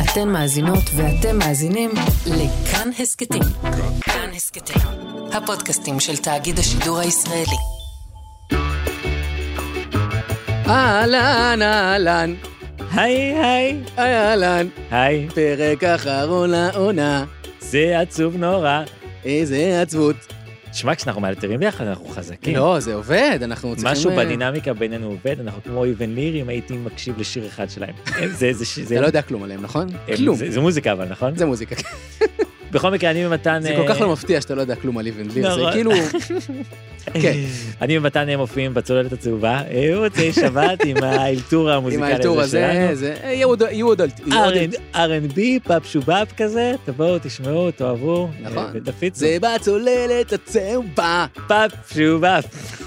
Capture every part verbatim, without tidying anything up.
אתן מאזינות ואתם מאזינים לכאן הסקטים. כאן הסקטים, הפודקאסטים של תאגיד השידור הישראלי. אהלן, אהלן. היי, היי. אהלן. היי. פרק אחרון לעונה. זה עצוב נורא. איזה עצבות. תשמע, כשאנחנו מאלתרים ביחד, אנחנו חזקים. לא, זה עובד, אנחנו צריכים... משהו בדינמיקה בינינו עובד, אנחנו כמו איבן ליר, אם הייתי מקשיב לשיר אחד שלהם. זה, זה, זה... אתה לא יודע כלום עליהם, נכון? כלום. זה, זה מוזיקה, אבל, נכון? זה מוזיקה. בכל מקרה, אני ומתן... זה כל כך לא מפתיע שאתה לא יודע כלום על איבן ליר, זה כאילו... כן. אני ומתן מופיעים בצוללת הצהובה, מוצאי שבת עם האלתור המוזיקלי הזה שלנו. עם האלתור הזה, זה... יהיו עוד... אר אנד בי, פאפ שובאפ כזה, תבואו, תשמעו, תאהבו, ותפיצו. זה בצוללת הצהובה. פאפ שובאפ.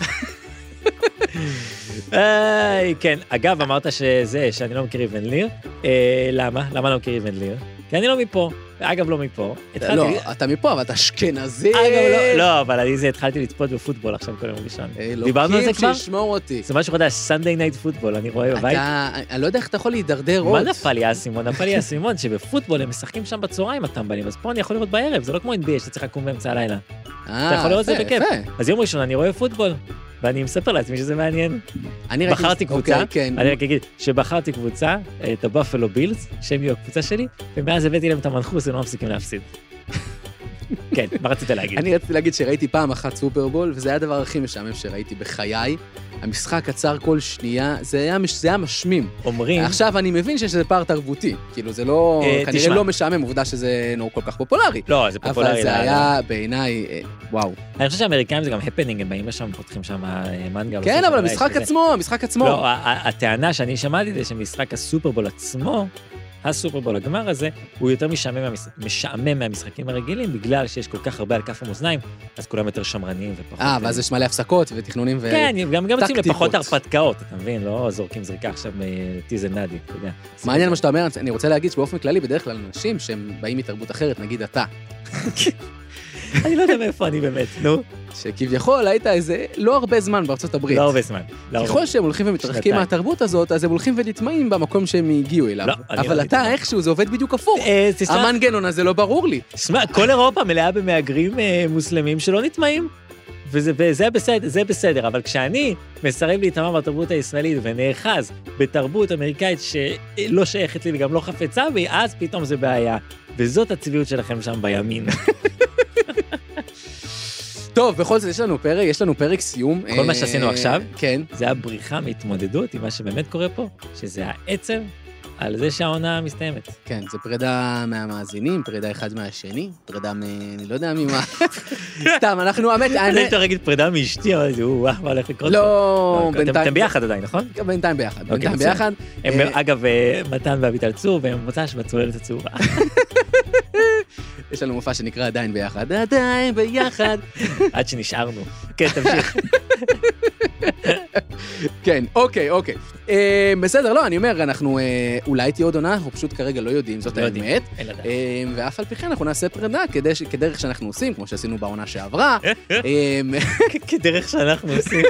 כן, אגב, אמרת שזה, שאני לא מכיר איבן ליר. למה? למה לא מכיר איבן ליר? כי אני לא מפה. אגב, לא מפה. לא, אתה מפה, אבל אתה אשכנזי. אגב, לא, אבל אני התחלתי לצפות בפוטבול עכשיו כל יום ראשון. דיברנו על זה כבר? שישמור אותי. זה משהו חדש, סנדיי נייט פוטבול, אני רואה בבית. אני לא יודע איך אתה יכול להידרדר עוד. מה נפל לי האסימון? נפל לי האסימון שבפוטבול הם משחקים שם בצהריים הטמבלים, אז פה אני יכול לראות בערב, זה לא כמו אן בי איי שאתה צריך לקום באמצע הלילה. אתה יכול לראות זה בכיף. אז יום ראשון אני רואה פוטבול. ואני מספר לעצמי שזה מעניין. בחרתי קבוצה, אני רק אגיד שבחרתי קבוצה, את הבאפלו בילס, שהם יהיו הקבוצה שלי, ומאז הבאתי להם את המנחוס, הם לא מפסיקים להפסיד. כן, מה רצית להגיד? אני רציתי להגיד שראיתי פעם אחת סופרבול, וזה היה הדבר הכי משעמם שראיתי בחיי. המשחק עצר כל שנייה, זה היה, זה היה משמים. אומרים... עכשיו אני מבין שיש איזה פער תרבותי, כאילו זה לא, כנראה תשמע. לא משעמם, עובדה שזה לא כל כך פופולרי. לא, זה פופולרי. אבל זה היה בעיניי, וואו. אני חושב שהאמריקאים זה גם הפנינג, הם באים לשם, פותחים שם מנגה. כן, אבל המשחק עצמו, המשחק עצמו. לא, הטענה שאני שמעתי זה שמשחק הסופרבול עצמו, הסופרבול הגמר הזה, הוא יותר משעמם, משעמם מהמשחקים הרגילים, בגלל שיש כל כך הרבה על כף המאזניים, אז כולם יותר שמרניים ופחות... אה, ואז יש מלא הפסקות ותכנונים וטקטיקות. כן, גם יוצאים לפחות הרפתקאות, אתה מבין? לא זורקים זריקה עכשיו מטיזן נדי, אתה יודע. מעניין מה שאתה אומר, אני רוצה להגיד שבאופן כללי, בדרך כלל אנשים שהם באים מתרבות אחרת, נגיד אתה. אני לא יודע מאיפה אני באמת, נו. שכביכול היית איזה לא הרבה זמן בארצות הברית. לא הרבה זמן. ככל שהם הולכים ומתרחקים מהתרבות הזאת, אז הם הולכים ונטמעים במקום שהם הגיעו אליו. אבל אתה איכשהו, זה עובד בדיוק הפוך. המנגנון הזה לא ברור לי. תשמע, כל אירופה מלאה במהגרים מוסלמים שלא נטמעים. וזה בסדר, זה בסדר, אבל כשאני מסרב להתאמה בתרבות הישראלית ונאחז בתרבות אמריקאית שלא שייכת לי וגם לא חפצה בי, אז פתאום זה בעיה. וזאת הצביעות שלכם שם בימין. טוב, בכל זאת יש לנו פרק, יש לנו פרק סיום. כל מה שעשינו עכשיו, כן. זה הבריחה מהתמודדות עם מה שבאמת קורה פה, שזה העצב על זה שהעונה מסתיימת. כן, זה פרידה מהמאזינים, פרידה אחד מהשני, פרידה מ... אני לא יודע ממה. סתם, אנחנו האמת... אני יותר אגיד פרידה מאשתי, אבל זה, וואו, מה הולך לקרות? לא, בינתיים... אתם ביחד עדיין, נכון? בינתיים ביחד, בינתיים ביחד. אגב, מתן ואביטל צור, והם מוצא שבצוללת הצהובה. יש לנו מופע שנקרא עדיין ביחד, עדיין ביחד. עד שנשארנו. כן, תמשיך. כן, אוקיי, אוקיי. בסדר, לא, אני אומר, אנחנו אולי תהיה עוד עונה, אנחנו פשוט כרגע לא יודעים, זאת האמת. ואף על פי כן אנחנו נעשה פרידה כדרך שאנחנו עושים, כמו שעשינו בעונה שעברה. כדרך שאנחנו עושים.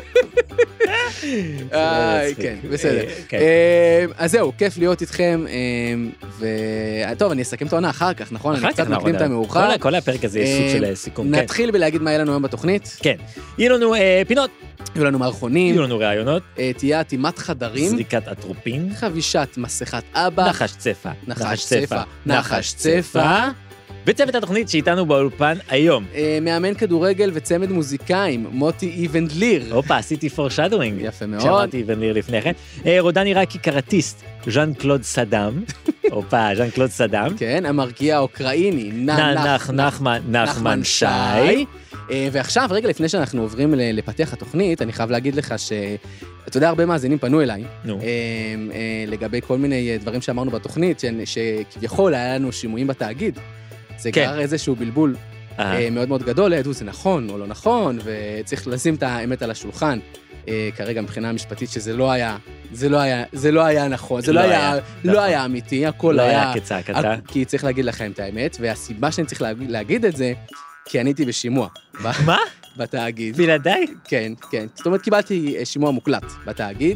כן, בסדר. אז זהו, כיף להיות איתכם, וטוב, אני אסכם את העונה אחר כך, נכון? אני קצת מקדים את המאוחר. כל הפרק הזה יש סוג של סיכום. נתחיל בלהגיד מה יהיה לנו היום בתוכנית. כן, יהיו לנו פינות. יהיו לנו מערכונים. יהיו לנו רעיונות. תהיה עטימת חדרים. זריקת אטרופין. חבישת מסכת אבא. נחש צפה. נחש צפה. נחש צפה. וצוות התוכנית שאיתנו באולפן היום. מאמן כדורגל וצמד מוזיקאים, מוטי איבן ליר. הופה, עשיתי פורשדווינג. יפה מאוד. שמעתי איבן ליר לפני כן. רודן עיראקי קראטיסט, ז'אן קלוד סדאם. הופה, ז'אן קלוד סדאם. כן, המרקיע האוקראיני, נח נחמן נחמן שי. ועכשיו, רגע לפני שאנחנו עוברים לפתח התוכנית, אני חייב להגיד לך ש... אתה יודע, הרבה מאזינים פנו אליי, לגבי כל מיני דברים שאמרנו בתוכנית, שכביכול היה לנו שימועים בתאגיד. זה גרר איזשהו בלבול מאוד מאוד גדול, ידעו זה נכון או לא נכון, וצריך לשים את האמת על השולחן. כרגע מבחינה המשפטית שזה לא היה, זה לא היה, זה לא היה נכון, זה לא היה, לא היה אמיתי, הכל היה... לא היה כצעקתה. כי צריך להגיד לכם את האמת, והסיבה שאני צריך להגיד את זה, כי אני הייתי בשימוע. מה? בתאגיד. בלעדיי? כן, כן. זאת אומרת, קיבלתי שימוע מוקלט בתאגיד,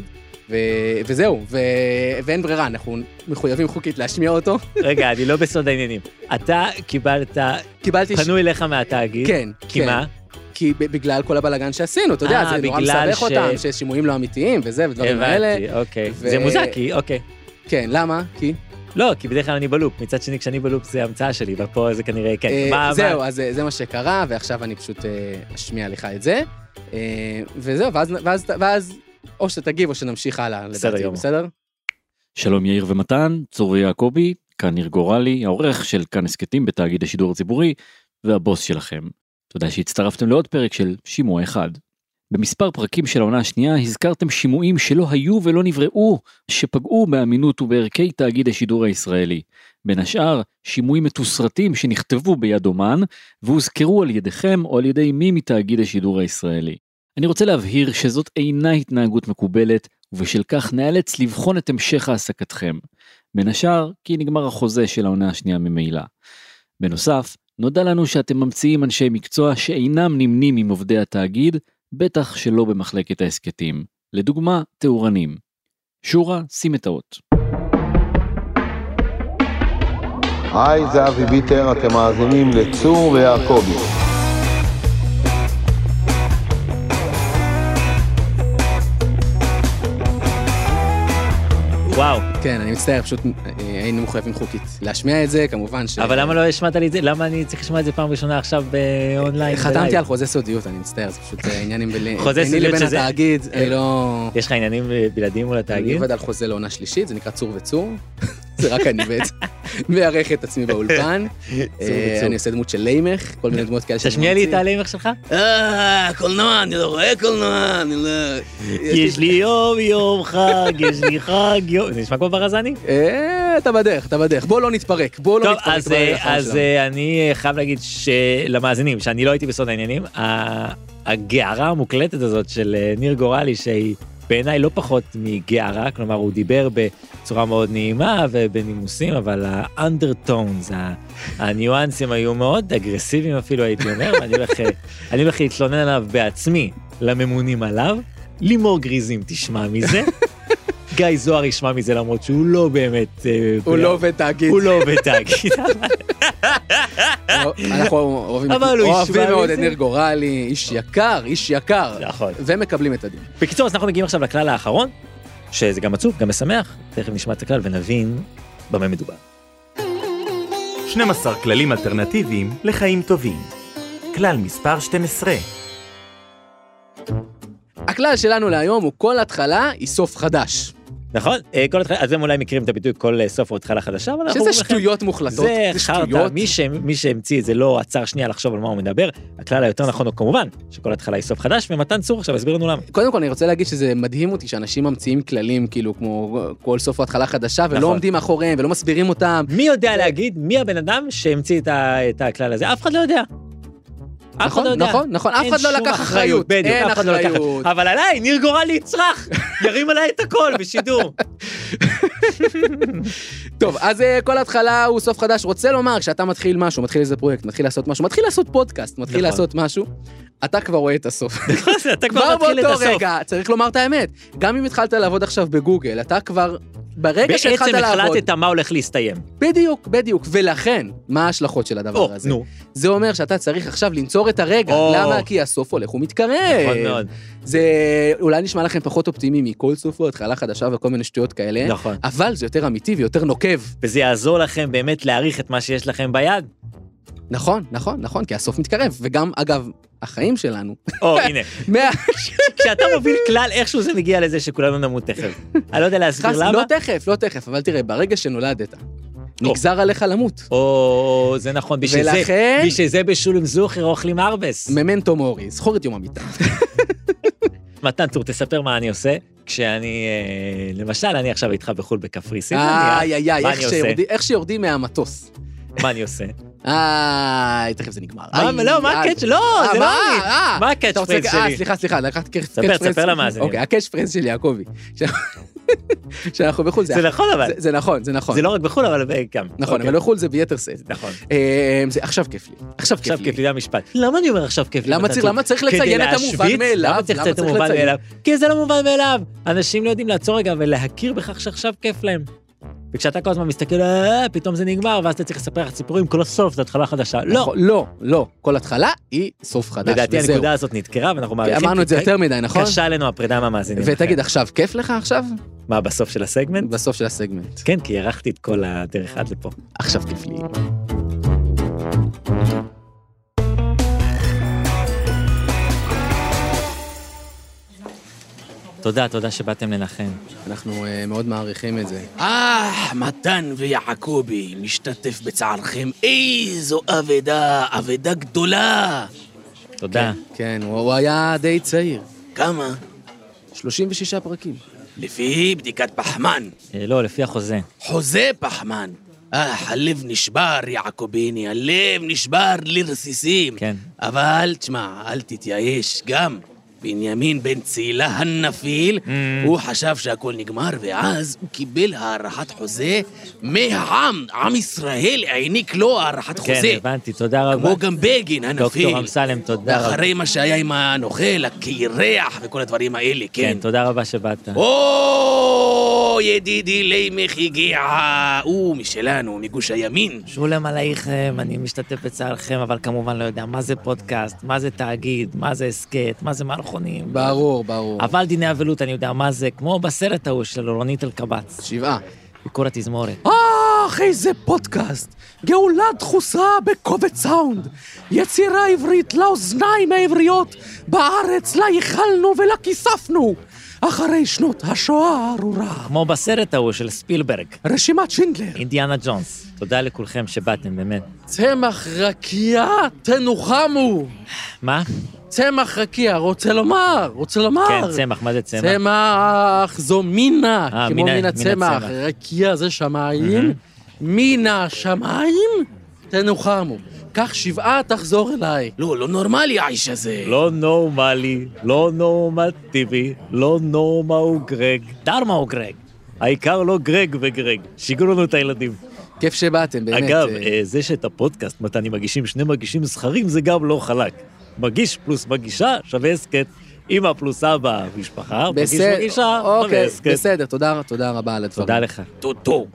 וזהו, ואין ברירה, אנחנו מחויבים חוקית להשמיע אותו. רגע, אני לא בסוד העניינים. אתה קיבלת, פנו אליך מהתאגיד. כן, כי מה? כי בגלל כל הבלגן שעשינו, אתה יודע, זה נורא מסבך אותם, ששימועים לא אמיתיים וזה, ודברים האלה. הבנתי, אוקיי. זה מוזר, כי, אוקיי. כן, למה? כי? לא, כי בדרך כלל אני בלופ. מצד שני, כשאני בלופ זה המצאה שלי, ופה זה כנראה, כן. זהו, אז זה מה שקרה, ועכשיו אני פשוט אשמיע לך את זה. וזהו, ואז או שתגיב או שנמשיך הלאה. בסדר, בסדר? שלום יאיר ומתן, צורי יעקובי, כאן ניר גורלי, העורך של כאן הסקטים בתאגיד השידור הציבורי, והבוס שלכם. תודה שהצטרפתם לעוד פרק של שימוע אחד. במספר פרקים של העונה השנייה הזכרתם שימועים שלא היו ולא נבראו, שפגעו באמינות ובערכי תאגיד השידור הישראלי. בין השאר, שימועים מתוסרטים שנכתבו ביד אומן, והוזכרו על ידיכם או על ידי מי מתאגיד השידור הישראלי. אני רוצה להבהיר שזאת אינה התנהגות מקובלת, ובשל כך נאלץ לבחון את המשך העסקתכם. בין השאר, כי נגמר החוזה של העונה השנייה ממילא. בנוסף, נודע לנו שאתם ממציאים אנשי מקצוע שאינם נמנים עם עובדי התאגיד, בטח שלא במחלקת העסקתים. לדוגמה, תאורנים. שורה, שים את האות. היי, זה אבי ביטר, אתם מאזינים לצור ויעקובי. וואו. כן, אני מצטער, פשוט היינו מחויבים חוקית להשמיע את זה, כמובן ש... אבל למה לא השמעת לי את זה? למה אני צריך לשמוע את זה פעם ראשונה עכשיו באונליין? חתמתי על חוזה סודיות, אני מצטער, זה פשוט עניינים ביני לבין התאגיד, אני לא... יש לך עניינים בלעדיים מול התאגיד? אני עובד על חוזה לעונה שלישית, זה נקרא צור וצור. זה רק אני בעצם מערך את עצמי באולפן. אני עושה דמות של לימך, כל מיני דמות כאלה. תשמיע לי את הלימך שלך? אה, קולנוע, אני לא רואה קולנוע, אני לא... יש לי יום יום חג, יש לי חג יום... זה נשמע כמו ברזני? אה, אתה בדרך, אתה בדרך. בוא לא נתפרק, בוא לא נתפרק. טוב, אז אני חייב להגיד למאזינים, שאני לא הייתי בסוד העניינים, הגערה המוקלטת הזאת של ניר גורלי, שהיא בעיניי לא פחות מגערה, כלומר הוא דיבר בצורה מאוד נעימה ובנימוסים, אבל האנדרטונס, הניואנסים היו מאוד אגרסיביים אפילו הייתי אומר, ואני הולך להתלונן עליו בעצמי לממונים עליו, לימור גריזים תשמע מזה, גיא זוהר ישמע מזה למרות שהוא לא באמת... הוא לא עובד תאגיד. הוא לא עובד תאגיד. אנחנו אוהבים מאוד את ניר גורלי, איש יקר, איש יקר. נכון. ומקבלים את הדין. בקיצור, אז אנחנו מגיעים עכשיו לכלל האחרון, שזה גם עצוב, גם משמח. תכף נשמע את הכלל ונבין במה מדובר. שנים עשר כללים אלטרנטיביים לחיים טובים. כלל מספר שתים עשרה. הכלל שלנו להיום הוא כל התחלה היא סוף חדש. נכון? כל התחלה, אז הם אולי מכירים את הביטוי כל סוף או התחלה חדשה, אבל שזה שטויות מוחלטות. זה חרטה, מי שהמציא את זה לא עצר שנייה לחשוב על מה הוא מדבר, הכלל היותר נכון הוא כמובן, שכל התחלה היא סוף חדש, ומתן צור עכשיו הסביר לנו למה. קודם כל אני רוצה להגיד שזה מדהים אותי שאנשים ממציאים כללים כאילו כמו כל סוף או התחלה חדשה, ולא עומדים מאחוריהם ולא מסבירים אותם. מי יודע להגיד מי הבן אדם שהמציא את הכלל הזה? אף אחד לא יודע. נכון, נכון, נכון, אף אחד לא לקח אחריות, אין אחריות. אבל עליי, ניר גורלי יצרח, ירים עליי את הכל בשידור. טוב, אז כל התחלה הוא סוף חדש, רוצה לומר, כשאתה מתחיל משהו, מתחיל איזה פרויקט, מתחיל לעשות משהו, מתחיל לעשות פודקאסט, מתחיל לעשות משהו, אתה כבר רואה את הסוף. אתה כבר מתחיל את הסוף. באותו רגע, צריך לומר את האמת, גם אם התחלת לעבוד עכשיו בגוגל, אתה כבר... ברגע שהתחלת לעבוד... בעצם החלטת מה הולך להסתיים. בדיוק, בדיוק. ולכן, מה ההשלכות של הדבר הזה? נו. זה אומר שאתה צריך עכשיו לנצור את הרגע. למה? כי הסוף הולך ומתקרב. נכון מאוד. זה אולי נשמע לכם פחות אופטימי מכל סופו, התחלה חדשה וכל מיני שטויות כאלה. נכון. אבל זה יותר אמיתי ויותר נוקב. וזה יעזור לכם באמת להעריך את מה שיש לכם ביד. נכון, נכון, נכון, כי הסוף מתקרב. וגם, אגב, החיים שלנו. או, הנה. כשאתה מוביל כלל, איכשהו זה מגיע לזה שכולנו נמות תכף. אני לא יודע להסביר למה. לא תכף, לא תכף, אבל תראה, ברגע שנולדת, נגזר עליך למות. או, זה נכון, בשביל זה בשולם זוכר אוכלים ארבס. ממנטו מורי, זכור את יום המיטה. מתן צור, תספר מה אני עושה, כשאני, למשל, אני עכשיו איתך בחול בקפריסין. איי, איי, איי, איך שיורדים מהמטוס. מה אני עושה? איי, תכף זה נגמר. לא, מה הקאץ'? לא, זה לא אני. מה הקאץ' פרנס שלי? סליחה, סליחה, לקחת קאץ' פרנס. ספר, ספר למאזינים. אוקיי, הקאץ' פרנס של יעקובי. שאנחנו בחול זה נכון, אבל. זה נכון, זה נכון. זה לא רק בחול, אבל גם. נכון, אבל בחול זה ביתר סט. נכון. עכשיו כיף לי. עכשיו כיף לי. עכשיו כיף לי, זה המשפט. למה אני אומר עכשיו כיף לי? למה צריך לציין את המובן מאליו? למה צריך לציין את המובן מאליו? כי זה לא מובן מאליו. אנשים לא יודעים לעצור רגע ולהכיר בכך שעכשיו כיף להם. וכשאתה כל הזמן מסתכל, פתאום זה נגמר, ואז אתה צריך לספר לך סיפורים, כל הסוף זה התחלה חדשה. לא. לא, לא. כל התחלה היא סוף חדש. לדעתי הנקודה הזאת נתקרה, ואנחנו מעריכים. אמרנו את זה יותר מדי, נכון? קשה לנו הפרידה מהמאזינים. ותגיד, עכשיו, כיף לך עכשיו? מה, בסוף של הסגמנט? בסוף של הסגמנט. כן, כי ערכתי את כל הדרך עד לפה. עכשיו כיף לי. תודה, תודה שבאתם לנחם. אנחנו uh, מאוד מעריכים את זה. אה, מתן ויעקובי, משתתף בצערכם. איזו אבדה, אבדה גדולה. תודה. כן, כן הוא, הוא היה די צעיר. כמה? שלושים ושישה פרקים. לפי בדיקת פחמן. אה, לא, לפי החוזה. חוזה פחמן. אה, הלב נשבר, יעקוביני, הלב נשבר לרסיסים. כן. אבל, תשמע, אל תתייאש גם. בנימין בן צילה הנפיל, mm. הוא חשב שהכל נגמר, ואז הוא קיבל הערכת חוזה מהעם. עם ישראל העניק לו הערכת כן, חוזה. כן, הבנתי, תודה רבה. כמו גם בגין הנפיל. דוקטור אמסלם, תודה רבה. ואחרי מה שהיה עם הנוכל, הקירח וכל הדברים האלה, כן. כן, תודה רבה שבאת. או, ידידי לימך הגיע, הוא משלנו, מגוש הימין. שולם עלייכם, אני משתתף בצערכם, אבל כמובן לא יודע מה זה פודקאסט, מה זה תאגיד, מה זה הסקט, מה זה מערכונים. ברור, ברור. אבל דיני אבלות, אני יודע מה זה, כמו בסרט ההוא של רונית אלקבץ. שבעה. ביקור התזמורת. אך, איזה פודקאסט! גאולה דחוסה בקובץ סאונד. יצירה עברית לאוזניים העבריות, בארץ לה ייחלנו ולה כיספנו. אחרי שנות השואה הארורה. כמו בסרט ההוא של ספילברג. רשימת שינדלר. אינדיאנה ג'ונס. תודה לכולכם שבאתם, באמת. צמח רקיע, תנוחמו. מה? צמח רקיע, רוצה לומר, רוצה לומר. כן, צמח, מה זה צמח? צמח זו מינה, 아, כמו מינה, מן הצמח. רקיע זה שמיים, mm-hmm. מינה שמיים, תנוחמו. כך שבעה תחזור אליי. לא, לא נורמלי האיש הזה. לא נורמלי, לא נורמטיבי, לא נורמה הוא גרג. דרמה הוא גרג. העיקר לא גרג וגרג. שיגעו לנו את הילדים. כיף שבאתם, באמת. אגב, זה שאת הפודקאסט מתני מגישים שני מגישים זכרים זה גם לא חלק. מגיש פלוס מגישה שווה הסקט. אמא פלוס אבא משפחה, מגיש מגישה שווה הסקט. בסדר, תודה, תודה רבה על הדברים. תודה לך. טוטו.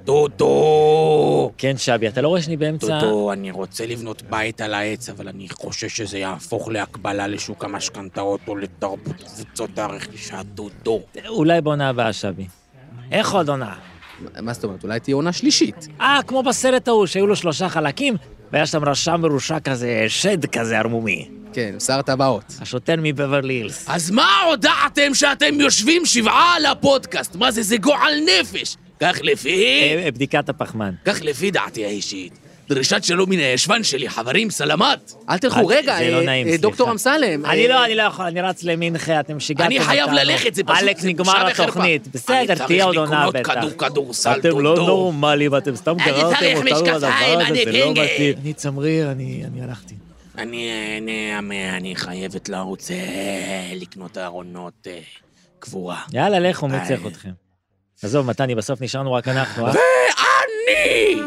טוטו. כן, שבי, אתה לא רואה שאני באמצע... טוטו, אני רוצה לבנות בית על העץ, אבל אני חושש שזה יהפוך להקבלה לשוק המשכנתאות או לתרבות קבוצות הרכישה. טוטו. אולי בעונה הבאה, שבי. איך עוד עונה? מה זאת אומרת? אולי תהיה עונה שלישית. אה, כמו בסרט ההוא, שהיו לו שלושה חלקים, והיה שם רשע מרושע כזה, שד כזה ערמומי. כן, שר טבעות. השוטר מבברלי הילס. אז מה הודעתם שאתם יושבים שבעה על הפודקאסט? מה זה, זה גועל נפש? כך לפי... בדיקת הפחמן. כך לפי דעתי האישית. דרישת שלום מן הישבן שלי, חברים, סלמת. אל תלכו, רגע, דוקטור אמסלם. אני לא, אני לא יכול, אני רץ למנחה, אתם שיגעתם אותנו. אני חייב ללכת, זה פשוט... אלכס, נגמר התוכנית. בסדר, תהיה עוד עונה בטח. כדור, כדורסל, אתם לא נורמלים, אתם סתם גררתם אותנו לדבר הזה, זה לא מתאים. אני צמריר, אני הלכתי. אני, אני, אני חייבת לרוץ לקנות ארונות קבורה. יאללה, לכו, מי צריך אתכם. עזוב, מתני, בסוף נשארנו רק אנחנו, אה? ואני!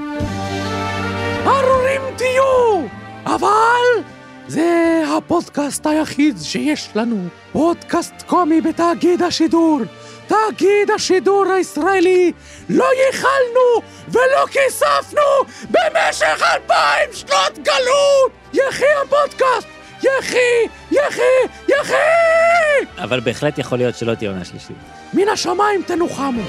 ארורים תהיו! אבל זה הפודקאסט היחיד שיש לנו. פודקאסט קומי בתאגיד השידור. תאגיד השידור הישראלי. לא ייחלנו ולא כיספנו במשך אלפיים שנות גלות! יחי הפודקאסט! יחי! יחי! יחי! אבל בהחלט יכול להיות שלא תהיה עונה שלישית. מן השמיים תנוחמו.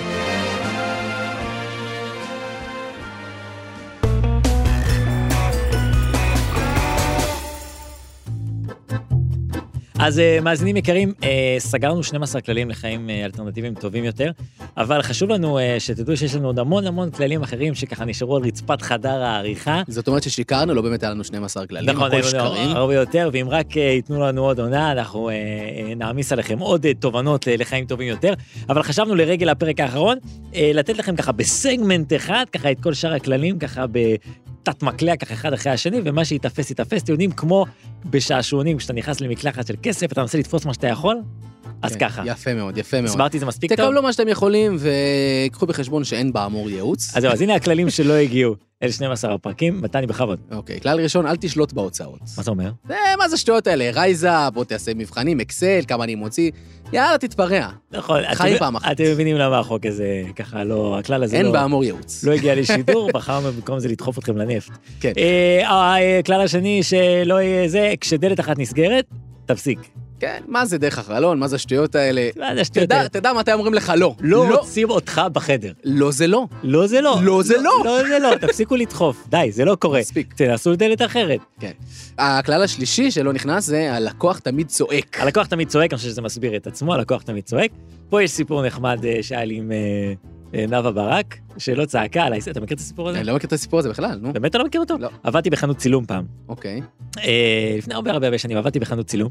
אז מאזינים יקרים, סגרנו שנים עשר כללים לחיים אלטרנטיביים טובים יותר, אבל חשוב לנו שתדעו שיש לנו עוד המון המון כללים אחרים שככה נשארו על רצפת חדר העריכה. זאת אומרת ששיקרנו, לא באמת היה לנו שנים עשר כללים, נכון, הרבה יותר, ואם רק ייתנו לנו עוד עונה, אנחנו נעמיס עליכם עוד תובנות לחיים טובים יותר, אבל חשבנו לרגל הפרק האחרון, לתת לכם ככה בסגמנט אחד, ככה את כל שאר הכללים, ככה בתת מקלע, ככה אחד אחרי השני, ומה שיתפס, יתפס, אתם יודעים, כמו בשעשועונים, כשאתה נכנס למקלחת של כסף, אתה מנסה לתפוס מה שאתה יכול, אז ככה. יפה מאוד, יפה מאוד. הסברתי זה מספיק טוב? תקבלו מה שאתם יכולים, וקחו בחשבון שאין באמור ייעוץ. אז זהו, אז הנה הכללים שלא הגיעו. אלה שנים עשר הפרקים, מתני בכבוד. אוקיי, כלל ראשון, אל תשלוט בהוצאות. מה זה אומר? זה, מה זה שטויות האלה? רייזה, בוא תעשה מבחנים, אקסל, כמה אני מוציא, יאללה, תתפרע. נכון. חיים פעם אחת. אתם מבינים למה החוק הזה, ככה לא, הכלל הזה לא... אין באמור ייעוץ. לא הגיע לשידור, בחר במקום זה לדחוף אתכם לנפט. כן. הכלל השני שלא יהיה זה, כשדלת אחת נסגרת, תפסיק. כן, מה זה דרך החלון? מה זה השטויות האלה? מה זה השטויות האלה? תדע מתי אומרים לך לא. לא רוצים אותך בחדר. לא זה לא. לא זה לא. לא זה לא. לא זה לא, תפסיקו לדחוף. די, זה לא קורה. מספיק. תנסו דלת אחרת. כן. הכלל השלישי שלא נכנס זה, הלקוח תמיד צועק. הלקוח תמיד צועק, אני חושב שזה מסביר את עצמו, הלקוח תמיד צועק. פה יש סיפור נחמד שהיה לי עם נאוה ברק, שלא צעקה עליי. אתה מכיר את הסיפור הזה? אני לא מכיר את הסיפור הזה בכלל, נו. באמת אתה לא מכיר אותו? לא. עבדתי בחנות צילום פעם. אוקיי. לפני הרבה הרבה הרבה שנים עבדתי בחנות צילום,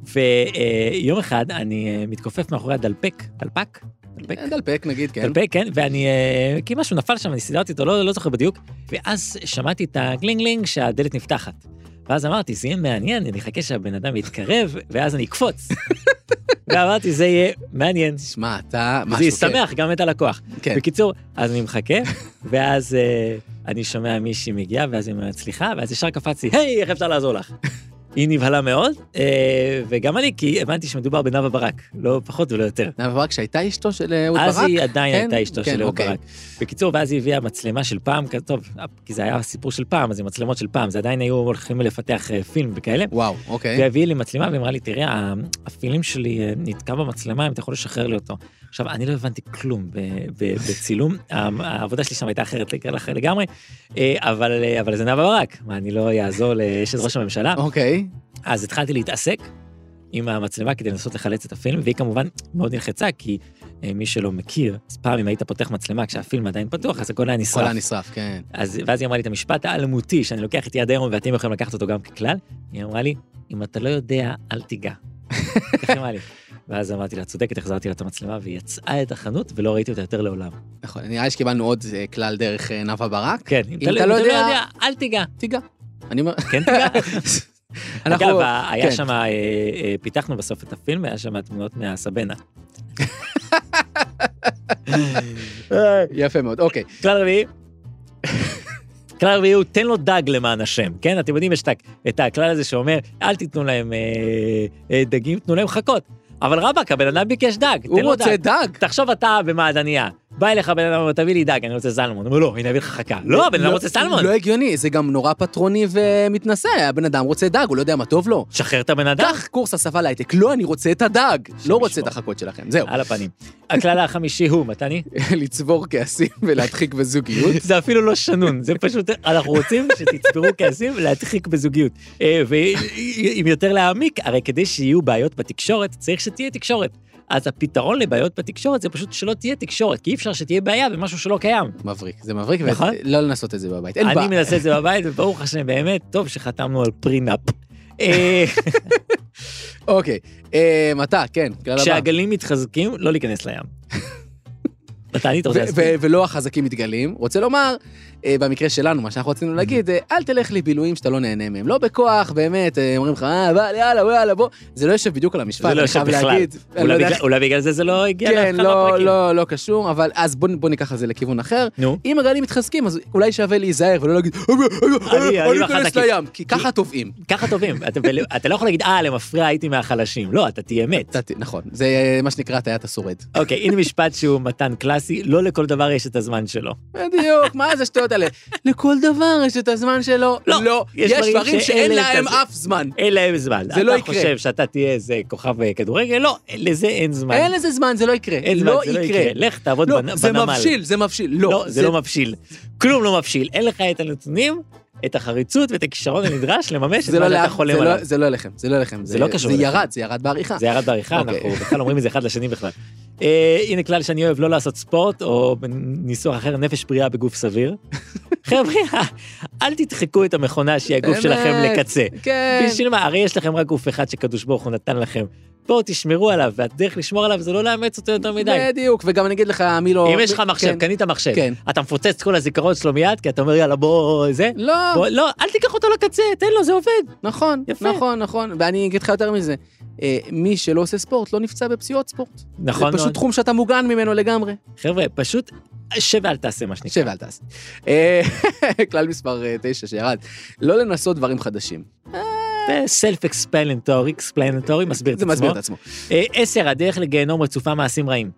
ויום אחד אני מתכופף מאחורי הדלפק, דלפק? דלפק? דלפק נגיד, כן. דלפק, כן, ואני, כי משהו נפל שם, אני סידרתי אותו, לא, לא זוכר בדיוק, ואז שמעתי את הגלינג-לינג שהדלת נפתחת. ואז אמרתי, זה יהיה מעניין, אני אחכה שהבן אדם יתקרב, ואז אני אקפוץ. ואמרתי, זה יהיה מעניין. תשמע, אתה... זה ישמח גם את הלקוח. כן. בקיצור, אז אני מחכה, ואז uh, אני שומע מישהי מגיעה, ואז היא אומרת, סליחה, ואז ישר קפצתי, היי, איך אפשר לעזור לך? היא נבהלה מאוד, uh, וגם אני, כי הבנתי שמדובר בנאוה ברק, לא פחות ולא יותר. נאוה ברק שהייתה אשתו של אהוד ברק? אז היא עדיין כן? הייתה אשתו כן, של אהוד אוקיי. ברק. בקיצור, ואז היא הביאה מצלמה של פעם, טוב, כי זה היה סיפור של פעם, אז זה מצלמות של פעם, זה עדיין היו הולכים לפתח uh, פילם וכאלה. וואו, אוקיי. והביאה לי מצלמה, ואמרה לי, תראה, הפילם שלי נתקע במצלמה, אם אתה יכול לשחרר לי אותו. עכשיו, אני לא הבנתי כלום בצילום, העבודה שלי שם הייתה אחרת לגמרי, אבל, אבל זה נאוה ברק, מה, אני לא יעזור לאשת ראש הממשלה. אוקיי. אז התחלתי להתעסק עם המצלמה כדי לנסות לחלץ את הפילם, והיא כמובן מאוד נלחצה, כי מי שלא מכיר, אז פעם אם היית פותח מצלמה כשהפילם עדיין פתוח, אז הכל היה נשרף. הכל היה נשרף, כן. אז, ואז היא אמרה לי את המשפט האלמותי, שאני לוקח איתי עד היום, ואתם יכולים לקחת אותו גם ככלל, היא אמרה לי, אם אתה לא יודע, אל תיגע. כך אמרה לי. ואז אמרתי לה, צודקת, החזרתי לה את המצלמה, והיא יצאה את החנות, ולא ראיתי אותה יותר לעולם. נכון, נראה לי שקיבלנו עוד כלל דרך נאוה ברק. כן, אם אתה לא יודע, אל תיגע. תיגע. אני אומר... כן, תיגע. אגב, היה שם, פיתחנו בסוף את הפילם, היה שם תמונות מהסבנה. יפה מאוד, אוקיי. כלל רביעי. כלל רביעי הוא, תן לו דג למען השם, כן? אתם יודעים, יש את הכלל הזה שאומר, אל תיתנו להם דגים, תנו להם חכות. אבל רבק, הבן אדם ביקש דג, תן לו דג. הוא רוצה דג. תחשוב אתה במעדניה. בא אליך בן אדם ואומר, תביא לי דג, אני רוצה סלמון. הוא אומר, לא, הנה אביא לך חכה. לא, הבן אדם רוצה סלמון. לא הגיוני, זה גם נורא פטרוני ומתנשא. הבן אדם רוצה דג, הוא לא יודע מה טוב לו. שחרר את הבן אדם. קח קורס השפה להייטק. לא, אני רוצה את הדג. לא רוצה את החכות שלכם. זהו. על הפנים. הכלל החמישי הוא, מתני? לצבור כעסים ולהדחיק בזוגיות. זה אפילו לא שנון. זה פשוט, אנחנו רוצים שתצברו כעסים ולהדחיק בזוגיות. ואם יותר להעמיק, הרי כדי שיהיו בעיות בתקשורת, צריך שתהיה תקשורת. אז הפתרון לבעיות בתקשורת זה פשוט שלא תהיה תקשורת, כי אי אפשר שתהיה בעיה במשהו שלא קיים. מבריק, זה מבריק, נכון? ולא לנסות את זה בבית. אני מנסה את זה בבית, וברוך השם, באמת, טוב שחתמנו על פרינאפ. אוקיי, מתי, כן, כלל הבא. כשהגלים מתחזקים, לא להיכנס לים. מתני, אתה רוצה להסביר? ולא החזקים מתגלים. רוצה לומר, במקרה שלנו, מה שאנחנו רצינו להגיד, אל תלך לבילויים שאתה לא נהנה מהם. לא בכוח, באמת, אומרים לך, אה, בוא, יאללה, יאללה, בוא. זה לא יושב בדיוק על המשפט. זה לא יושב בכלל. אולי בגלל זה זה לא הגיע כן, לא, לא, לא קשור, אבל אז בוא ניקח את זה לכיוון אחר. אם הגלים מתחזקים, אז אולי שווה להיזהר ולא להגיד, אני אכנס לים, כי ככה טובים. ככה טובים. אתה לא יכול להגיד, אה, למפריע הייתי מהחלשים. לא, אתה תהיה מת. נכון, זה מה שנקרא הטיית השורד. אוקיי, הנה משפט שהוא מתן קלאסי, לא לכל דבר יש את הזמן שלו. בדיוק, מה זה שטויות האלה? לכל דבר יש את הזמן שלו. לא, יש דברים שאין להם אף זמן. אין להם זמן. זה לא יקרה. אתה חושב שאתה תהיה איזה כוכב כדורגל? לא, לזה אין זמן. אין לזה זמן, זה לא יקרה. לא יקרה. לך תעבוד בנמל. זה מבשיל, זה מבשיל. לא, זה לא מבשיל. כלום לא מבשיל. אין לך את הנתונים, את החריצות ואת הכישרון הנדרש לממש את מה שאתה חולם עליו. זה לא לכם, זה לא לכם. זה לא קשור. זה ירד, זה ירד בעריכה. זה ירד בעריכה, אנחנו בכלל אומרים את זה אחד לשני בכלל. הנה כלל שאני אוהב, לא לעשות ספורט, או ניסוח אחר, נפש בריאה בגוף סביר. חבר'ה, אל תדחקו את המכונה שהיא הגוף שלכם לקצה. כן. בשביל מה, הרי יש לכם רק גוף אחד שקדוש ברוך הוא נתן לכם. ספורט תשמרו עליו, והדרך לשמור עליו זה לא לאמץ אותו יותר מדי. בדיוק, וגם אני אגיד לך, מי לא... אם יש לך מחשב, קנית מחשב, אתה מפוצץ את כל הזיכרון שלו מיד, כי אתה אומר, יאללה, בוא, זה. לא. לא, אל תיקח אותו לקצה, תן לו, זה עובד. נכון, נכון, נכון. ואני אגיד לך יותר מזה. מי שלא עושה ספורט, לא נפצע בפציעות ספורט. נכון. זה פשוט תחום שאתה מוגן ממנו לגמרי. חבר'ה, פשוט שב ואל תעשה מה שנקרא. שב ואל תעשה. כלל מספר תשע שירד. לא לנסות דברים חדשים. סלף-אקספלנטורי, אקספלנטורי, מסביר את עצמו. זה מסביר את עצמו. עשר, הדרך לגיהנום רצופה מעשים רעים.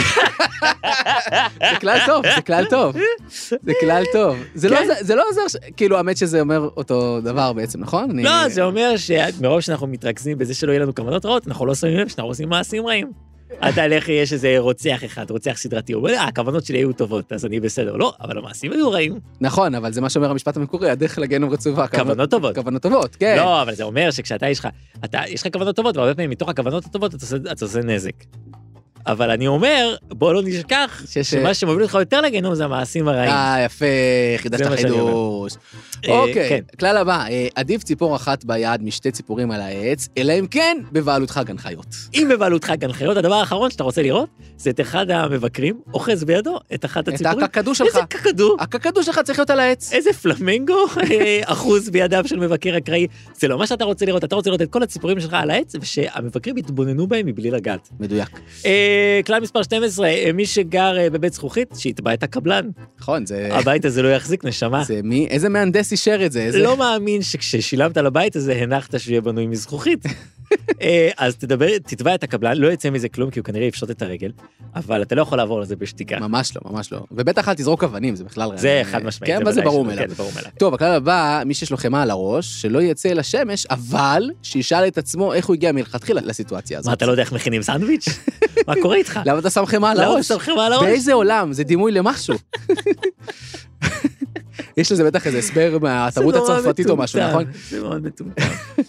זה כלל טוב, זה כלל טוב. זה כלל טוב. זה לא עוזר, כאילו, האמת שזה אומר אותו דבר בעצם, נכון? לא, זה אומר שמרוב שאנחנו מתרכזים בזה שלא יהיה לנו כוונות רעות, אנחנו לא שמים לב שאנחנו עושים מעשים רעים. אתה הלך, יש איזה רוצח אחד, רוצח סדרתי, הוא אומר, אה, הכוונות שלי היו טובות, אז אני בסדר. לא, אבל המעשים היו רעים. נכון, אבל זה מה שאומר המשפט המקורי, הדרך לגיהנום רצופה. כוונות טובות. כוונות טובות, כן. לא, אבל זה אומר שכשאתה יש לך, יש לך כוונות טובות, והרבה פעמים מתוך הכוונות הטובות אתה עושה נזק. אבל אני אומר, בוא לא נשכח, שמה שמוביל אותך יותר לגיהנום זה המעשים הרעים. אה, יפה, חידשת חידוש. אוקיי, כלל הבא, עדיף ציפור אחת ביד משתי ציפורים על העץ, אלא אם כן, בבעלותך גן חיות. אם בבעלותך גן חיות, הדבר האחרון שאתה רוצה לראות, זה את אחד המבקרים, אוחז בידו את אחת הציפורים. את הקקדו שלך. איזה קקדו? הקקדו שלך צריך להיות על העץ. איזה פלמנגו, אחוז בידיו של מבקר אקראי. זה לא מה שאתה רוצה לראות, אתה רוצה לראות את כל הציפורים שלך על העץ, ושהמבקרים יתבוננו בהם מבלי לגעת. מדויק. כלל מספר שתים עשרה, מי שגר בבית זכוכית, שיתבע את הקבלן. נכון, זה... הבית הזה לא יחזיק, נשמה. זה מי? איזה מהנדס אישר את זה? לא מאמין שכששילמת לבית הזה, הנחת שהוא יהיה בנוי מזכוכית. אז תדבר, תתבע את הקבלן, לא יצא מזה כלום, כי הוא כנראה יפשוט את הרגל, אבל אתה לא יכול לעבור לזה בשתיקה. ממש לא, ממש לא. ובטח אל תזרוק אבנים, זה בכלל... זה חד משמעית. כן, זה ברור מאליו. טוב, הכלל הבא, מי שיש לו חמה על הראש, שלא יצא אל השמש, אבל שישאל את עצמו איך הוא הגיע מלכתחילה לסיטואציה הזאת. מה, אתה לא יודע איך מכינים סנדוויץ'? מה קורה איתך? למה אתה שם חמה על הראש? באיזה עולם? זה דימוי למשהו. יש לזה בטח איזה הסבר מהתרבות הצרפתית או משהו, נכון? זה מאוד מטומטם.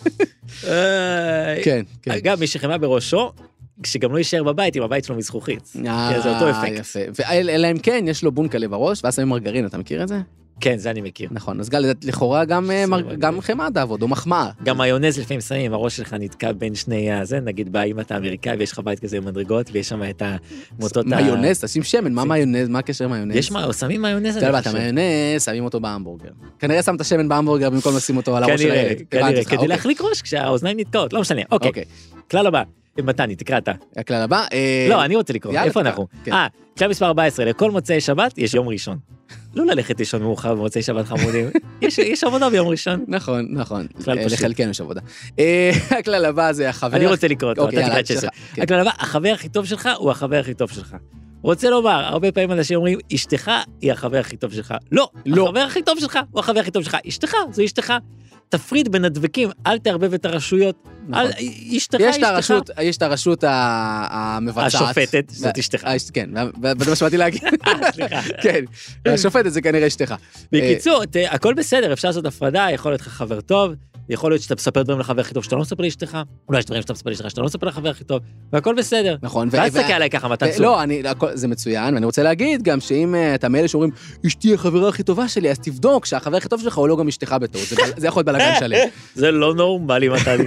כן, כן. אגב, מי שחמה בראשו, שגם לא יישאר בבית, אם הבית שלו מזכוכית. זה אותו אפקט. יפה. אלא אם כן, יש לו בונקה לב הראש, ואז שמים מרגרין, אתה מכיר את זה? כן, זה אני מכיר. נכון, אז גל, לכאורה גם חמה תעבוד, או מחמאה. גם מיונז לפעמים שמים, הראש שלך נתקע בין שני הזה, נגיד בא אם אתה אמריקאי, ויש לך בית כזה עם מדרגות, ויש שם את המוטות ה... מיונז, תשים שמן, מה מיונז, מה הקשר מיונז? יש מה, שמים מיונז, אני חושב. אתה מיונז, שמים אותו בהמבורגר. כנראה שמת שמן בהמבורגר במקום לשים אותו על הראש של הילד. כנראה, כדי להחליק ראש כשהאוזניים נתקעות, לא משנה. אוקיי. כלל הבא, מתני, תקרא אתה. הכלל הבא? לא, אני רוצה לקרוא. איפה אנחנו? אה, כלל מספר ארבע עשרה, לכל מוצאי שבת יש יום ראשון. לא ללכת לישון מאוחר במוצאי שבת חמודים. יש עבודה ביום ראשון. נכון, נכון. לחלקנו יש עבודה. הכלל הבא זה החבר... אני רוצה לקרוא אותו, אתה תקרא את שסר. הכלל הבא, החבר הכי טוב שלך הוא החבר הכי טוב שלך. רוצה לומר, הרבה פעמים אנשים אומרים, אשתך היא החבר הכי טוב שלך. לא, החבר הכי טוב שלך הוא החבר הכי טוב שלך. אשתך, זו אשתך. תפריד בין הדבקים, אל תערבב את הרשויות. אשתך, אשתך. יש את הרשות המבצעת. השופטת, זאת אשתך. כן, וזה מה שבאתי להגיד. סליחה. כן, השופטת זה כנראה אשתך. בקיצור, הכל בסדר, אפשר לעשות הפרדה, יכול להיות לך חבר טוב, יכול להיות שאתה מספר דברים לחבר הכי טוב שאתה לא מספר לאשתך, אולי יש דברים שאתה מספר לאשתך שאתה לא מספר לחבר הכי טוב, והכל בסדר. נכון. ואל תסתכל עליי ככה, מתן צור. לא, זה מצוין, ואני רוצה להגיד גם שאם אתה מאלה שאומרים, אשתי החברה הכי טובה שלי, אז תבדוק שהחבר הכי טוב שלך הוא לא גם אשתך בטעות, זה יכול להיות בלגן שלם. זה לא נורמלי, מתני.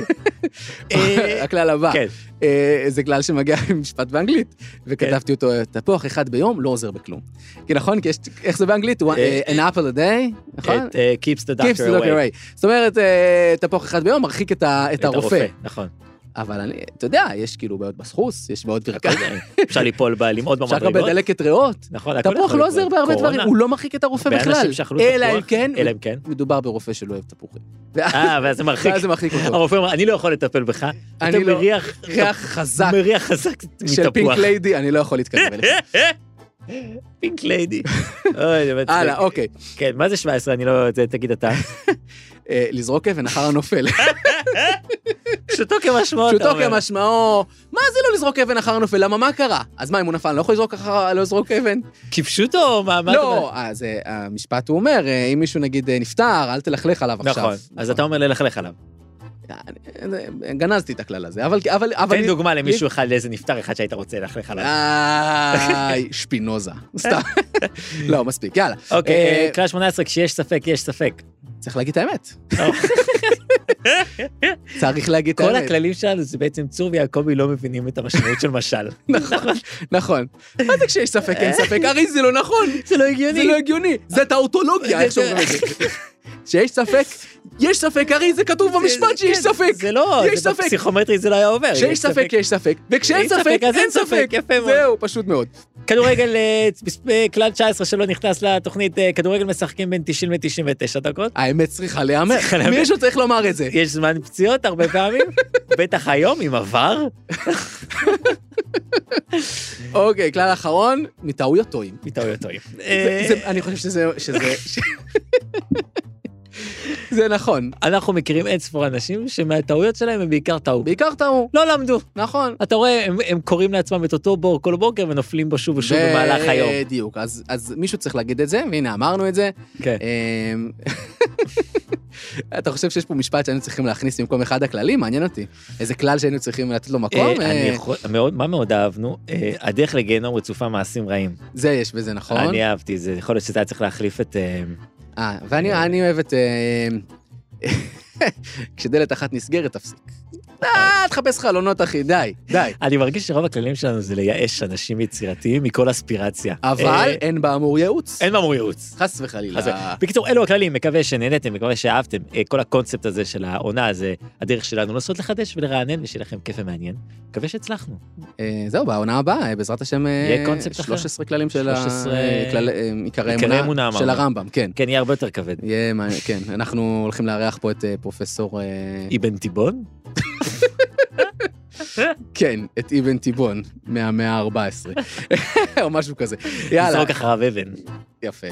הכלל הבא. זה כלל שמגיע עם משפט באנגלית, וכתבתי אותו, תפוח אחד ביום לא עוזר בכלום. כי נכון, כי איך זה באנגלית? An apple a day, נכון? It keeps the doctor away. זאת אומרת, תפוח אחד ביום מרחיק את הרופא. נכון. אבל אני, אתה יודע, יש כאילו בעיות בסחוס, יש בעיות ברכיים. אפשר ליפול בעלים עוד במדרגות. אפשר לקבל דלקת ריאות. נכון. תפוח לא עוזר בהרבה דברים, הוא לא מרחיק את הרופא בכלל. אלא אם כן, אלא אם כן. מדובר ברופא שלא אוהב תפוחים. אה, ואז זה מרחיק. ואז זה מרחיק אותו. הרופא אומר, אני לא יכול לטפל בך. אני לא, ריח חזק. מריח חזק מתפוח. של פינק ליידי, אני לא יכול להתקדם אליך. פינק ליידי. הלאה, אוקיי. כן, מה זה שבע עשרה? אני לא, תגיד אתה. לזרוק אבן אחר הנופל. פשוטו כמשמעו, פשוטו כמשמעו. מה זה לא לזרוק אבן אחר הנופל? למה, מה קרה? אז מה, אם הוא נפל, אני לא יכול לזרוק אחר, לא לזרוק אבן? כפשוטו, מה, מה? לא, אז המשפט הוא אומר, אם מישהו נגיד נפטר, אל תלכלך עליו עכשיו. נכון, אז אתה אומר ללכלך עליו. גנזתי את הכלל הזה, אבל... תן דוגמה למישהו אחד, לאיזה נפטר אחד שהיית רוצה להחליך עליו. איי, שפינוזה. סתם. לא, מספיק, יאללה. אוקיי, כלל שמונה עשרה, כשיש ספק, יש ספק. צריך להגיד את האמת. צריך להגיד את האמת. כל הכללים שלנו זה בעצם צור ויעקבי לא מבינים את המשמעות של משל. נכון, נכון. מה זה כשיש ספק, אין ספק? הרי זה לא נכון. זה לא הגיוני. זה לא הגיוני. זה טאוטולוגיה, איך שאומרים את זה. שיש ספק, יש ספק, הרי זה כתוב במשפט שיש ספק. זה לא, זה בפסיכומטרי זה לא היה עובר. שיש ספק, יש ספק, וכשאין ספק, אין ספק. זהו, פשוט מאוד. כדורגל, כלל תשע עשרה שלא נכנס לתוכנית, כדורגל משחקים בין תשעים ל-תשעים ותשע דקות. האמת צריכה להיאמר. מישהו צריך לומר את זה. יש זמן פציעות הרבה פעמים, בטח היום עם עבר. אוקיי, כלל האחרון, מטעויות טועים. מטעויות טועים. אני חושב שזה... זה נכון. אנחנו מכירים אין ספור אנשים שמהטעויות שלהם הם בעיקר טעו. בעיקר טעו. לא למדו. נכון. אתה רואה, הם, הם קוראים לעצמם את אותו בור כל בוקר ונופלים בו שוב ושוב במהלך היום. בדיוק. אז, אז מישהו צריך להגיד את זה, והנה אמרנו את זה. כן. אתה חושב שיש פה משפט שהיינו צריכים להכניס במקום אחד הכללים? מעניין אותי. איזה כלל שהיינו צריכים לתת לו מקום? מה מאוד אהבנו? הדרך לגיהנום רצופה מעשים רעים. זה יש בזה, נכון? אני אהבתי, זה יכול להיות שזה היה צריך להחליף את... אה, ואני אוהב את... כשדלת אחת נסגרת, תפסיק. אה, תחפש חלונות, אחי, די, די. אני מרגיש שרוב הכללים שלנו זה לייאש אנשים יצירתיים מכל אספירציה. אבל אין באמור ייעוץ. אין באמור ייעוץ. חס וחלילה. בקיצור, אלו הכללים, מקווה שנהנתם, מקווה שאהבתם. כל הקונספט הזה של העונה, זה הדרך שלנו לנסות לחדש ולרענן, ושיהיה לכם כיף ומעניין. מקווה שהצלחנו. זהו, בעונה הבאה, בעזרת השם, שלוש עשרה כללים של עיקרי אמונה של הרמב"ם, כן. כן, יהיה הרבה יותר כבד. כן, אנחנו הולכים לארח פה את פרופסור... אבן תיבון? כן, את אבן תיבון מהמאה ה-ארבע עשרה, או משהו כזה. יאללה. זרוק אחריו אבן. יפה.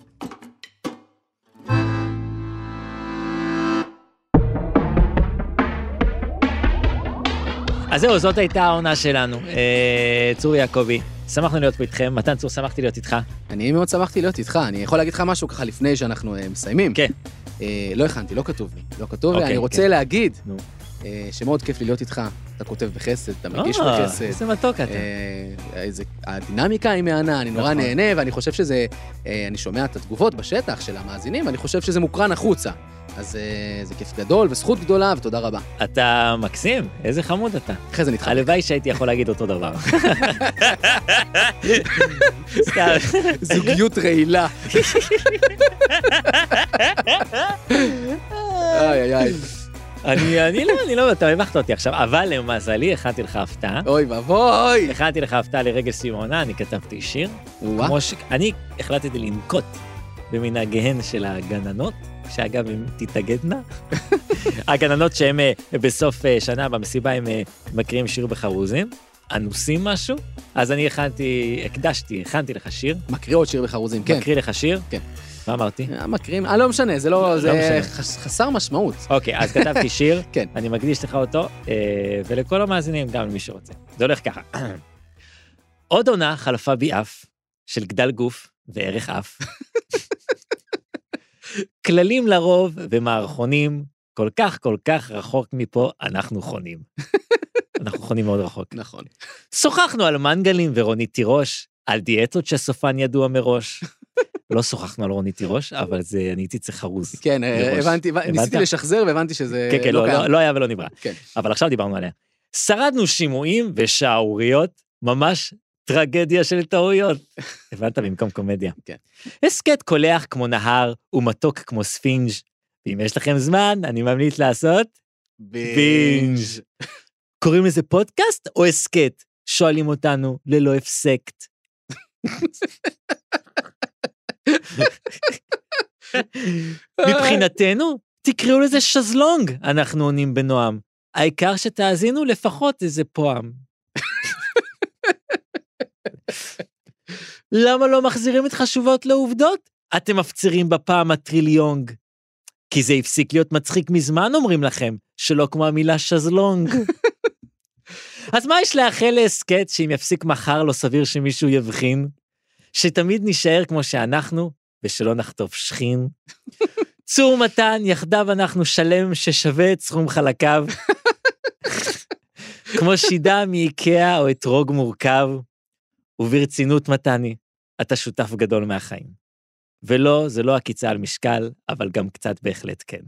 אז זהו, זאת הייתה העונה שלנו. צור יעקבי, שמחנו להיות פה איתכם. מתן צור, שמחתי להיות איתך. אני מאוד שמחתי להיות איתך. אני יכול להגיד לך משהו ככה לפני שאנחנו מסיימים. כן. לא הכנתי, לא כתוב לי. לא כתוב לי, אני רוצה להגיד שמאוד כיף לי להיות איתך. אתה כותב בחסד, אתה מגיש בחסד. איזה מתוק אתה. הדינמיקה היא מענה, אני נורא נהנה, ואני חושב שזה, אני שומע את התגובות בשטח של המאזינים, ואני חושב שזה מוקרן החוצה. אז זה כיף גדול וזכות גדולה, ותודה רבה. אתה מקסים, איזה חמוד אתה. אחרי זה נתחלק. הלוואי שהייתי יכול להגיד אותו דבר. סתם. זוגיות רעילה. איי, איי, איי. אני, אני לא, אני לא, אתה הבחת אותי עכשיו, אבל למזלי, הכנתי לך הפתעה. אוי ואבוי. הכנתי לך הפתעה לרגל סיום העונה, אני כתבתי שיר. כמו ש... אני החלטתי לנקוט במנהגיהן של הגננות, שאגב, הן תתאגדנה. הגננות שהן בסוף שנה במסיבה, הם מקריאים שיר בחרוזים, אנוסים משהו, אז אני הכנתי, הקדשתי, הכנתי לך שיר. מקריאות שיר בחרוזים, כן. מקריא לך שיר? כן. מה אמרתי? מקריאים, אה, לא משנה, זה לא, זה חסר משמעות. אוקיי, אז כתבתי שיר, כן. אני מקדיש לך אותו, ולכל המאזינים, גם למי שרוצה. זה הולך ככה. עוד עונה חלפה בי אף, של גדל גוף וערך אף. כללים לרוב ומערכונים, כל כך כל כך רחוק מפה, אנחנו חונים. אנחנו חונים מאוד רחוק. נכון. שוחחנו על מנגלים ורונית תירוש, על דיאטות שסופן ידוע מראש. לא שוחחנו על רונית תירוש, אבל זה, אני הייתי צריך חרוז. כן, הבנתי, ניסיתי לשחזר והבנתי שזה כן, כן, לא לא, לא היה ולא נברא. כן. אבל עכשיו דיברנו עליה. שרדנו שימועים ושערוריות, ממש טרגדיה של טעויות. הבנת במקום קומדיה. כן. הסקט קולח כמו נהר ומתוק כמו ספינג'. ואם יש לכם זמן, אני ממליץ לעשות בינג'. קוראים לזה פודקאסט או הסקט? שואלים אותנו ללא הפסקט. מבחינתנו, תקראו לזה שזלונג, אנחנו עונים בנועם. העיקר שתאזינו לפחות איזה פועם. למה לא מחזירים את חשובות לעובדות? אתם מפצירים בפעם הטריליונג. כי זה הפסיק להיות מצחיק מזמן, אומרים לכם, שלא כמו המילה שזלונג. אז מה יש לאחל להסקט שאם יפסיק מחר לא סביר שמישהו יבחין? שתמיד נשאר כמו שאנחנו, ושלא נחטוף שכין. צור מתן, יחדיו אנחנו שלם ששווה את סכום חלקיו. כמו שידה מאיקאה או אתרוג מורכב, וברצינות מתני, אתה שותף גדול מהחיים. ולא, זה לא הקיצה על משקל, אבל גם קצת בהחלט כן.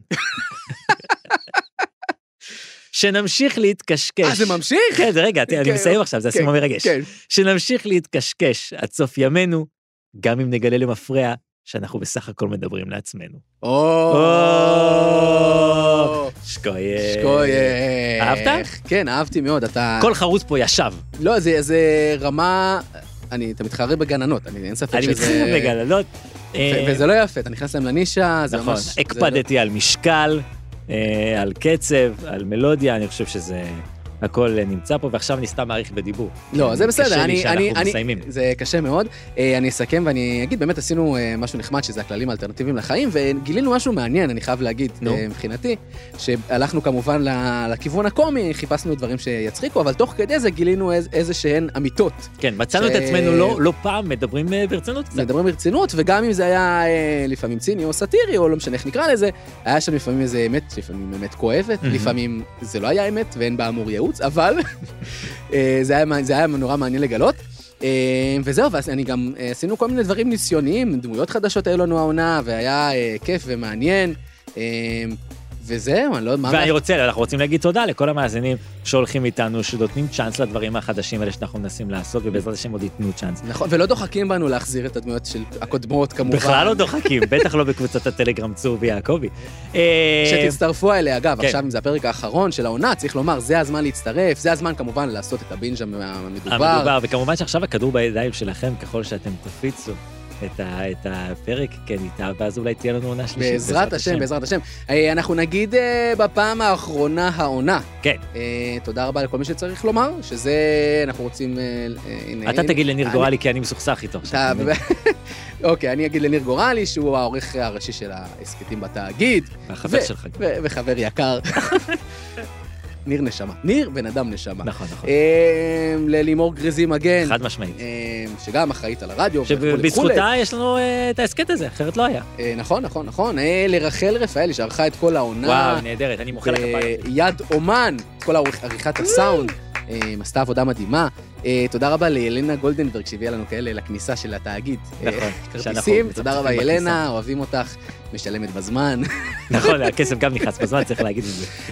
שנמשיך להתקשקש. אה, זה ממשיך? כן, זה רגע, אני מסיים עכשיו, זה הסיום המרגש. שנמשיך להתקשקש עד סוף ימינו, גם אם נגלה למפרע, שאנחנו בסך הכל מדברים לעצמנו. או, שקוייך. שקוייך. אהבת? כן, אהבתי מאוד, אתה... כל חרוץ פה ישב. לא, זה רמה... אני, אתה מתחרה בגננות, אני אין ספק שזה... אני מתחרה בגננות. וזה לא יפה, אתה נכנס להם לנישה, זה ממש... נכון, הקפדתי על משקל, על קצב, על מלודיה, אני חושב שזה... הכל נמצא פה, ועכשיו אני סתם מעריך בדיבור. לא, זה בסדר, קשה לי אני, שאנחנו אני, מסיימים. זה קשה מאוד. אני אסכם ואני אגיד, באמת עשינו משהו נחמד, שזה הכללים האלטרנטיביים לחיים, וגילינו משהו מעניין, אני חייב להגיד, מבחינתי, שהלכנו כמובן לכיוון הקומי, חיפשנו דברים שיצחיקו, אבל תוך כדי זה גילינו איזה שהן אמיתות. כן, מצאנו את עצמנו לא, לא פעם, מדברים ברצינות קצת. מדברים ברצינות, וגם אם זה היה לפעמים ציני או סטירי, או לא משנה איך נקרא לזה, היה שם לפעמים איזה אמת, לפעמים אמת כואבת, לפעמים זה לא היה אמת, ואין בה אמור ייעוץ, אבל זה היה, זה היה נורא מעניין לגלות. וזהו, ואני גם עשינו כל מיני דברים ניסיוניים, דמויות חדשות היו לנו העונה, והיה כיף ומעניין. וזהו, אני לא יודע מה... ואני רוצה, אנחנו רוצים להגיד תודה לכל המאזינים שהולכים איתנו, שנותנים צ'אנס לדברים החדשים האלה שאנחנו מנסים לעשות, ובעזרת השם עוד ייתנו צ'אנס. נכון, ולא דוחקים בנו להחזיר את הדמויות של הקודמות, כמובן. בכלל לא דוחקים, בטח לא בקבוצת הטלגרם צור ויעקבי. שתצטרפו אלה, אגב, עכשיו אם זה הפרק האחרון של העונה, צריך לומר, זה הזמן להצטרף, זה הזמן כמובן לעשות את הבינג' המדובר. המדובר, וכמובן שעכשיו הכדור בידיים שלכם, ככל שאתם תפיצו את, ה, את הפרק, כן, איתה, ואז אולי תהיה לנו עונה שלישית. בעזרת השם, בעזרת השם. אנחנו נגיד בפעם האחרונה העונה. כן. תודה רבה לכל מי שצריך לומר, שזה, אנחנו רוצים... אתה תגיד לניר גורלי, כי אני מסוכסך איתו. אוקיי, אני אגיד לניר גורלי, שהוא העורך הראשי של ההסכתים בתאגיד. והחבר שלך. וחבר יקר. ניר נשמה. ניר בן אדם נשמה. נכון, נכון. ללימור גריזי מגן. חד משמעית. שגם אחראית על הרדיו. שבזכותה יש לנו את ההסכת הזה, אחרת לא היה. נכון, נכון, נכון. לרחל רפאלי, שערכה את כל העונה. וואו, נהדרת, אני מוחא לך פעם. יד אומן, את כל עריכת הסאונד. עשתה עבודה מדהימה. תודה רבה לילנה גולדנברג, שהביאה לנו כאלה לכניסה של התאגיד. נכון. כרטיסים, תודה רבה ילנה, אוהבים אותך, משלמת בזמן. נכון, הכסף גם נכנס בזמן, צריך להגיד את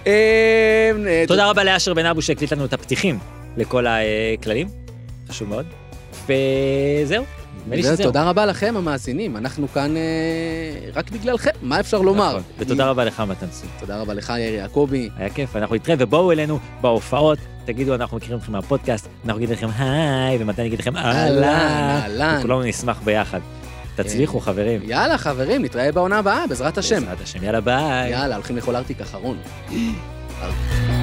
זה. תודה רבה לאשר בן אבו שהקליט לנו את הפתיחים לכל הכללים, חשוב מאוד. וזהו, נדמה לי שזהו. תודה רבה לכם המאזינים, אנחנו כאן רק בגללכם, מה אפשר לומר? ותודה רבה לך מתן צור. תודה רבה לך יאיר יעקבי. היה כיף, אנחנו איתכם ובואו אלינו בהופעות. תגידו, אנחנו מכירים אתכם מהפודקאסט, אנחנו נגיד לכם היי, ומתי נגיד לכם אהלן, אהלן. וכולנו נשמח ביחד. תצליחו, חברים. יאללה, חברים, נתראה בעונה הבאה, בעזרת השם. בעזרת השם, יאללה, ביי. יאללה, הולכים לאכול ארטיק אחרון.